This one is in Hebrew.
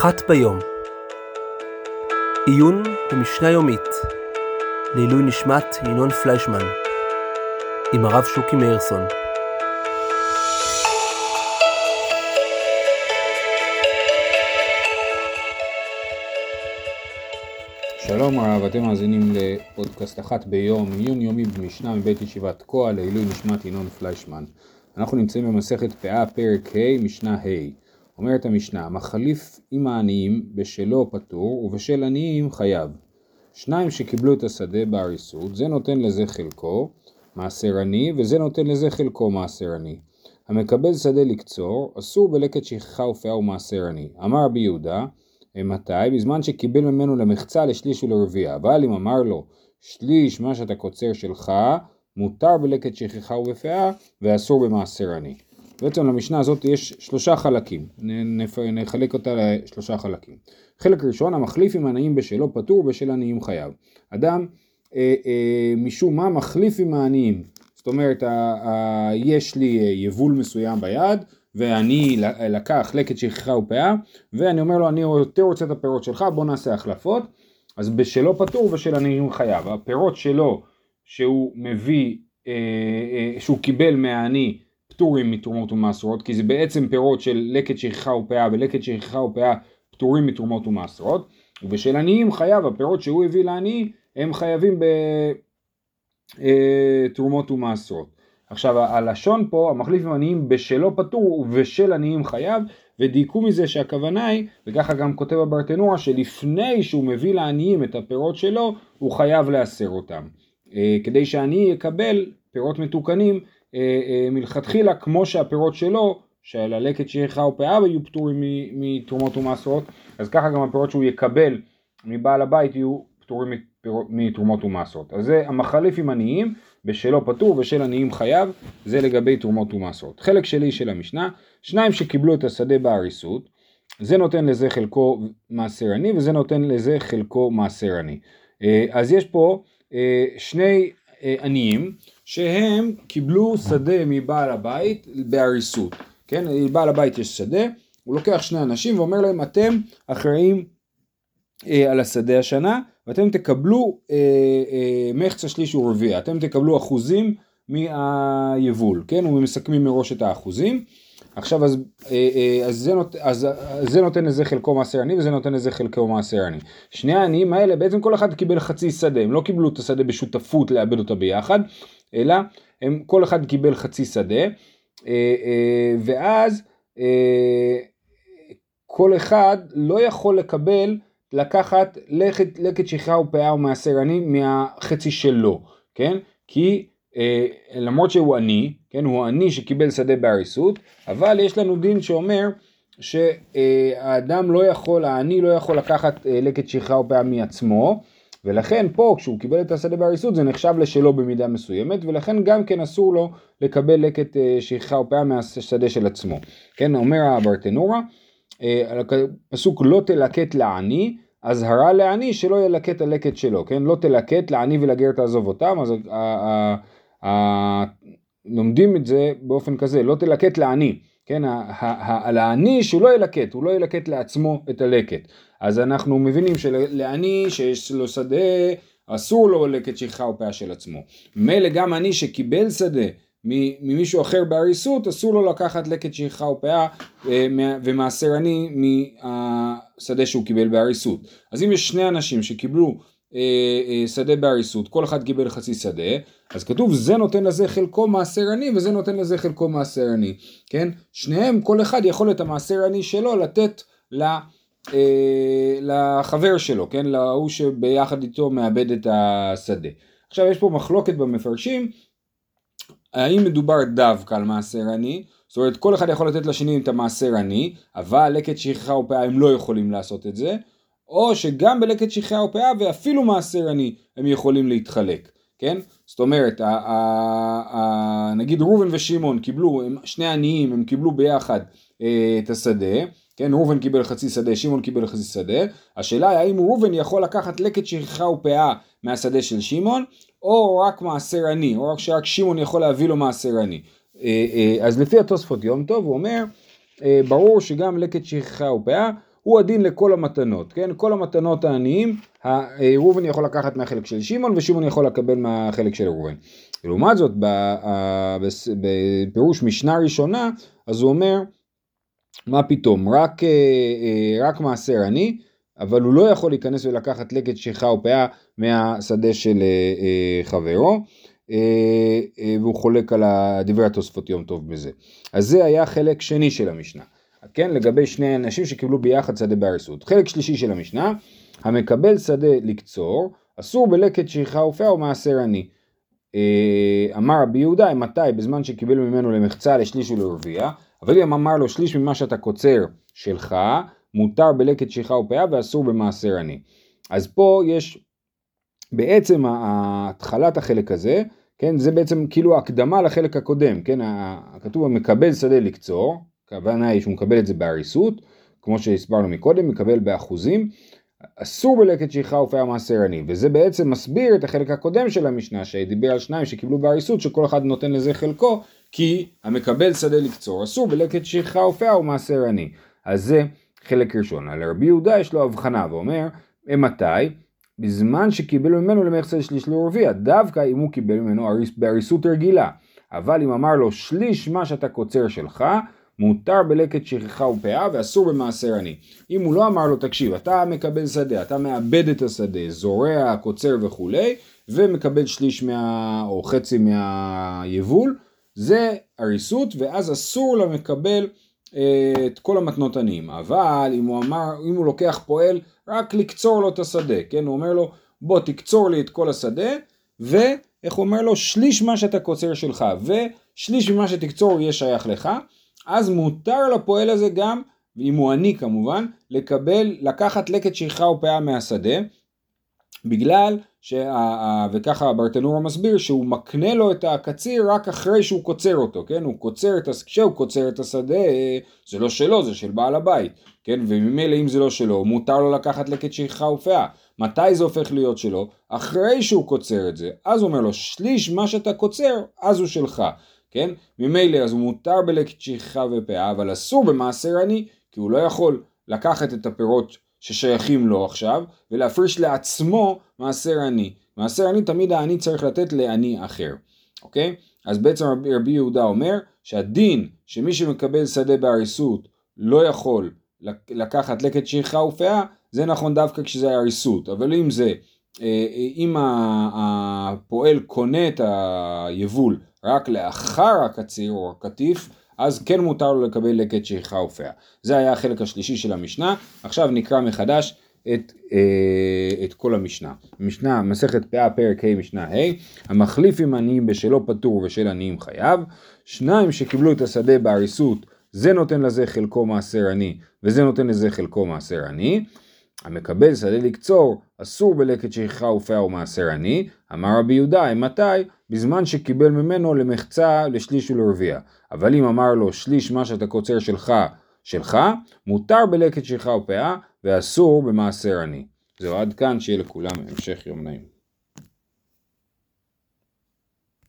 אחת ביום. עיון במשנה יומית לעילוי נשמת ינון פליישמן עם הרב שוקי מאירסון. שלום הרב, אתם מאזינים לפודקאסט אחת ביום, עיון יומי במשנה מבית ישיבת תקוע לעילוי נשמת ינון פליישמן. אנחנו נמצאים במסכת פאה פרק ה' משנה ה'. אומרת המשנה, מחליף עם העניים בשלו פטור ובשל עניים חייב. שניים שקיבלו את השדה בהריסות, זה נותן לזה חלקו מעשר עני וזה נותן לזה חלקו מעשר עני. המקבל שדה לקצור, אסור בלקט שכחה ופאה ומעשר עני. אמר רבי יהודה, מתי? בזמן שקיבל ממנו למחצה לשליש ולרביע. אבל אם אמר לו, שליש מה שאתה קוצר שלך, מותר בלקט שכחה ופאה ואסור במעשר עני. בעצם למשנה הזאת יש שלושה חלקים, נחלק אותה לשלושה חלקים. חלק ראשון, המחליף עם עניים בשלו פטור ובשל עניים חייב. אדם משום מה מחליף עם העניים, זאת אומרת יש לי יבול מסוים ביד, ואני לקח לקט שכחה ופאה, ואני אומר לו אני יותר רוצה את הפירות שלך, בוא נעשה החלפות. אז בשלו פטור ובשל עניים חייב. הפירות שלו שהוא מביא, שהוא קיבל מהעני, פטורים מתרומות ומעשרות, כי זה בעצם פירות של לקט שכחה ופאה, ולקט שכחה ופאה פטורים מתרומות ומעשרות, ובשל עניים חייב, הפירות שהוא הביא לעני, הם חייבים בתרומות ומעשרות. עכשיו הלשון פה, המחליף עם עניים בשלו פטור ובשל עניים חייב, ודייקו מזה שהכוונה היא, וככה גם כותב הברטנורה, שלפני שהוא מביא לעניים את הפירות שלו, הוא חייב לאסר אותם. כדי שהעני יקבל פירות מתוקנים, מלכתחילה כמו שהפירות שלו, של הלקט שכחה ופאה יהיו פטורים מתרומות ומעשרות, אז ככה גם הפירות שהוא יקבל מבעל הבית יהיו פטורים מתרומות ומעשרות. אז זה המחליף עם עניים, בשלו פטור ובשל עניים חייב, זה לגבי תרומות ומעשרות. חלק שלי של המשנה, שניים שקיבלו את השדה בהריסות, זה נותן לזה חלקו מעשר עני וזה נותן לזה חלקו מעשר עני. אז יש פה שני עניים שהם קיבלו שדה מבעל הבית בהריסות, כן? לבעל הבית יש שדה, הוא לוקח שני אנשים ואומר להם אתם אחראים על השדה השנה, ואתם תקבלו מחצה שליש ורביע, אתם תקבלו אחוזים מהיבול, כן? ומסכמים מראש את האחוזים. עכשיו אז זה נותן לזה חלקו מעשר עני וזה נותן לזה חלקו מעשר עני. שני העניים האלה בעצם כל אחד קיבל חצי שדה, הם לא קיבלו את השדה בשותפות לאבד אותה ביחד, אלא כל אחד קיבל חצי שדה, ואז כל אחד לא יכול לקחת לקט שכחה ופאה ומעשר עני מהחצי שלו, כן? כי למרות שהוא עני, כן, הוא עני שקיבל שדה בהריסות, אבל יש לנו דין שאומר שהאדם לא יכול, העני לא יכול לקחת לקט שכחה ופאה מעצמו, ולכן פה כשהוא קיבל את השדה בהריסות זה נחשב לשלו במידה מסוימת, ולכן גם כן אסור לו לקבל לקט שכחה ופאה מהשדה של עצמו. כן, אומר הברטנורה, פסוק לא תלקט לעני, אזהרה לעני שלא ילקט הלקט שלו, כן, לא תלקט לעני ולגר תעזוב אותם, אז לומדים את זה באופן כזה, לא תלקט לעני, כן, לעני שהוא לא ילקט, הוא לא ילקט לעצמו את הלקט, אז אנחנו מבינים שלעני שיש לו שדה, אסור לו לקט שכחה ופאה של עצמו, מילא גם עני שקיבל שדה, ממישהו אחר בהריסות, אסור לו לקחת לקט שכחה ופאה ומעשר עני מהשדה שהוא קיבל בהריסות. אז אם יש שני אנשים שקיבלו שדה בהריסות, כל אחד קיבל חצי שדה, אז כתוב זה נותן לזה חלקו מעשר עני וזה נותן לזה חלקו מעשר עני, כן? שניהם, כל אחד יכול את המעשר עני שלו לתת לחבר שלו, כן? להוא שביחד איתו מאבד את השדה. עכשיו יש פה מחלוקת במפרשים, האם מדובר דווקא על מעשר עני, זאת אומרת כל אחד יכול לתת לשני את המעשר עני, אבל לקט שכחה ופאה הם לא יכולים לעשות את זה, או שגם בלקט שכחה ופאה ואפילו מעשר עני הם יכולים להתחלק, כן? זאת אומרת, נגיד ראובן ושמעון קיבלו, שני עניים הם קיבלו ביחד את השדה, כן? ראובן קיבל חצי שדה, שמעון קיבל חצי שדה, השאלה היא האם ראובן יכול לקחת לקט שכחה ופאה מהשדה של שמעון, או רק מעשר עני, או שרק שמעון יכול להביא לו מעשר עני. אז לפי התוספות יום טוב הוא אומר, ברור שגם לקט שכחה ופאה הוא הדין לכל המתנות, כן? כל המתנות העניים, ראובן יכול לקחת מהחלק של שמעון, ושמעון יכול לקבל מהחלק של ראובן. לעומת זאת, בפירוש משנה ראשונה, אז הוא אומר, מה פתאום? רק מעשר עני, אבל הוא לא יכול להיכנס ולקחת לקט שכחה או פאה מהשדה של חברו, והוא חולק על דברי התוספות יום טוב בזה. אז זה היה חלק שני של המשנה, כן? לגבי שני אנשים שקיבלו ביחד שדה בהריסות. חלק שלישי של המשנה, המקבל שדה לקצור, אסור בלקט שכחה או פאה או מעשר עני. אמר רבי יהודה, מתי? בזמן שקיבל ממנו למחצה, לשליש ולרביע, אבל אם אמר לו שליש ממה שאתה קוצר שלך, מותר בלקט שכחה או פאה ואסור במעשר עני. אז פה יש בעצם התחלת החלק הזה, כן? זה בעצם כאילו הקדמה לחלק הקודם, כן? כתוב המקבל שדה לקצור, הכוונה היא שהוא מקבל את זה בהריסות, כמו שהסברנו מקודם, מקבל באחוזים, אסור בלקט שכחה או פאה מעשר עני, וזה בעצם מסביר את החלק הקודם של המשנה, שדיבר על שניים שקיבלו בהריסות, שכל אחד נותן לזה חלקו, כי המקבל שדה לקצור, אסור בלקט שכחה או פאה או מעשר עני. אז זה חלק ראשון. על רבי יהודה יש לו הבחנה, ואומר, מתי? בזמן שקיבל ממנו למחצה לשליש לרביע, דווקא אם הוא קיבל ממנו בהריסות רגילה, אבל אם אמר לו שליש מה שאתה קוצר שלך, מותר בלקט שכחה ופאה ואסור במעשר עני. אם הוא לא אמר לו, תקשיב, אתה מקבל שדה, אתה מאבד את השדה, זורע, קוצר וכולי, ומקבל שליש או חצי מהיבול, זה הריסות, ואז אסור למקבל את כל המתנות עניים. אבל אם הוא לוקח פועל רק לקצור לו את השדה, כן? הוא אומר לו, בוא תקצור לי את כל השדה, ואיך הוא אומר לו, שליש מה שאתה קוצר שלך, ושליש ממה שתקצור יהיה שייך לך, אז מותר לפועל הזה גם, אם הוא עני כמובן, לקחת לקט שכחה או פאה מהשדה, בגלל וככה הברטנורה מסביר שהוא מקנה לו את הקציר רק אחרי שהוא קוצר אותו, כן? כשהוא קוצר את השדה, זה לא שלו, זה של בעל הבית, כן? וממילא אם זה לא שלו, מותר לו לקחת לקט שכחה ופאה. מתי זה הופך להיות שלו? אחרי שהוא קוצר את זה. אז הוא אומר לו, שליש מה שאתה קוצר, אז הוא שלך, כן? ממילא אז הוא מותר בלקט שכחה ופאה, אבל אסור במעשר עני, כי הוא לא יכול לקחת את הפירות ששייכים לו עכשיו, ולהפריש לעצמו מעשר עני. מעשר עני תמיד העני צריך לתת לעני אחר, אוקיי? אז בעצם רבי יהודה אומר, שהדין שמי שמקבל שדה בהריסות, לא יכול לקחת לקט שכחה ופאה, זה נכון דווקא כשזה הריסות, אבל אם הפועל קונה את היבול רק לאחר הקציר או הקטיף, אז כן מותר לו לקבל לקט שכחה ופאה. זה היה החלק השלישי של המשנה. עכשיו נקרא מחדש את כל המשנה. משנה, מסכת פאה פרק ה' משנה ה', המחליף עם עניים בשלו פטור ושל עניים חייב. שניים שקיבלו את השדה בהריסות, זה נותן לזה חלקו מעשר עני, וזה נותן לזה חלקו מעשר עני. המקבל שדה לקצור, אסור בלקט שכחה ופאה ומעשר עני. אמר רבי יהודה, מתי? בזמן שקיבל ממנו למחצה, לשליש ולרביע. אבל אם אמר לו שליש מה שאתה קוצר שלך, מותר בלקט שכחה ופאה, ואסור במעשר עני. זהו, עד כאן, שיהיה לכולם המשך יום נעים.